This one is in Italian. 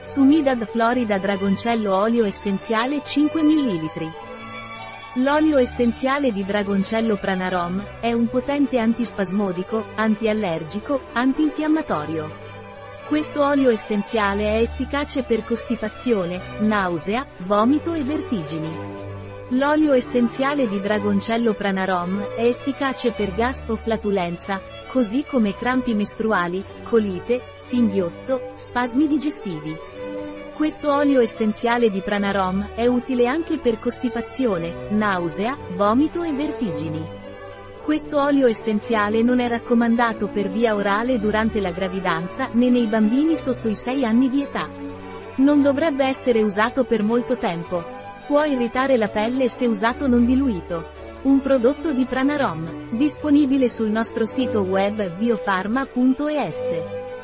Sumidad Florida Dragoncello olio essenziale 5 ml. L'olio essenziale di dragoncello Pranarom è un potente antispasmodico, antiallergico, antinfiammatorio. Questo olio essenziale è efficace per costipazione, nausea, vomito e vertigini. L'olio essenziale di dragoncello Pranarom è efficace per gas o flatulenza, così come crampi mestruali, colite, singhiozzo, spasmi digestivi. Questo olio essenziale di Pranarom è utile anche per costipazione, nausea, vomito e vertigini. Questo olio essenziale non è raccomandato per via orale durante la gravidanza né nei bambini sotto i 6 anni di età. Non dovrebbe essere usato per molto tempo. Può irritare la pelle se usato non diluito. Un prodotto di Pranarom, disponibile sul nostro sito web biofarma.es.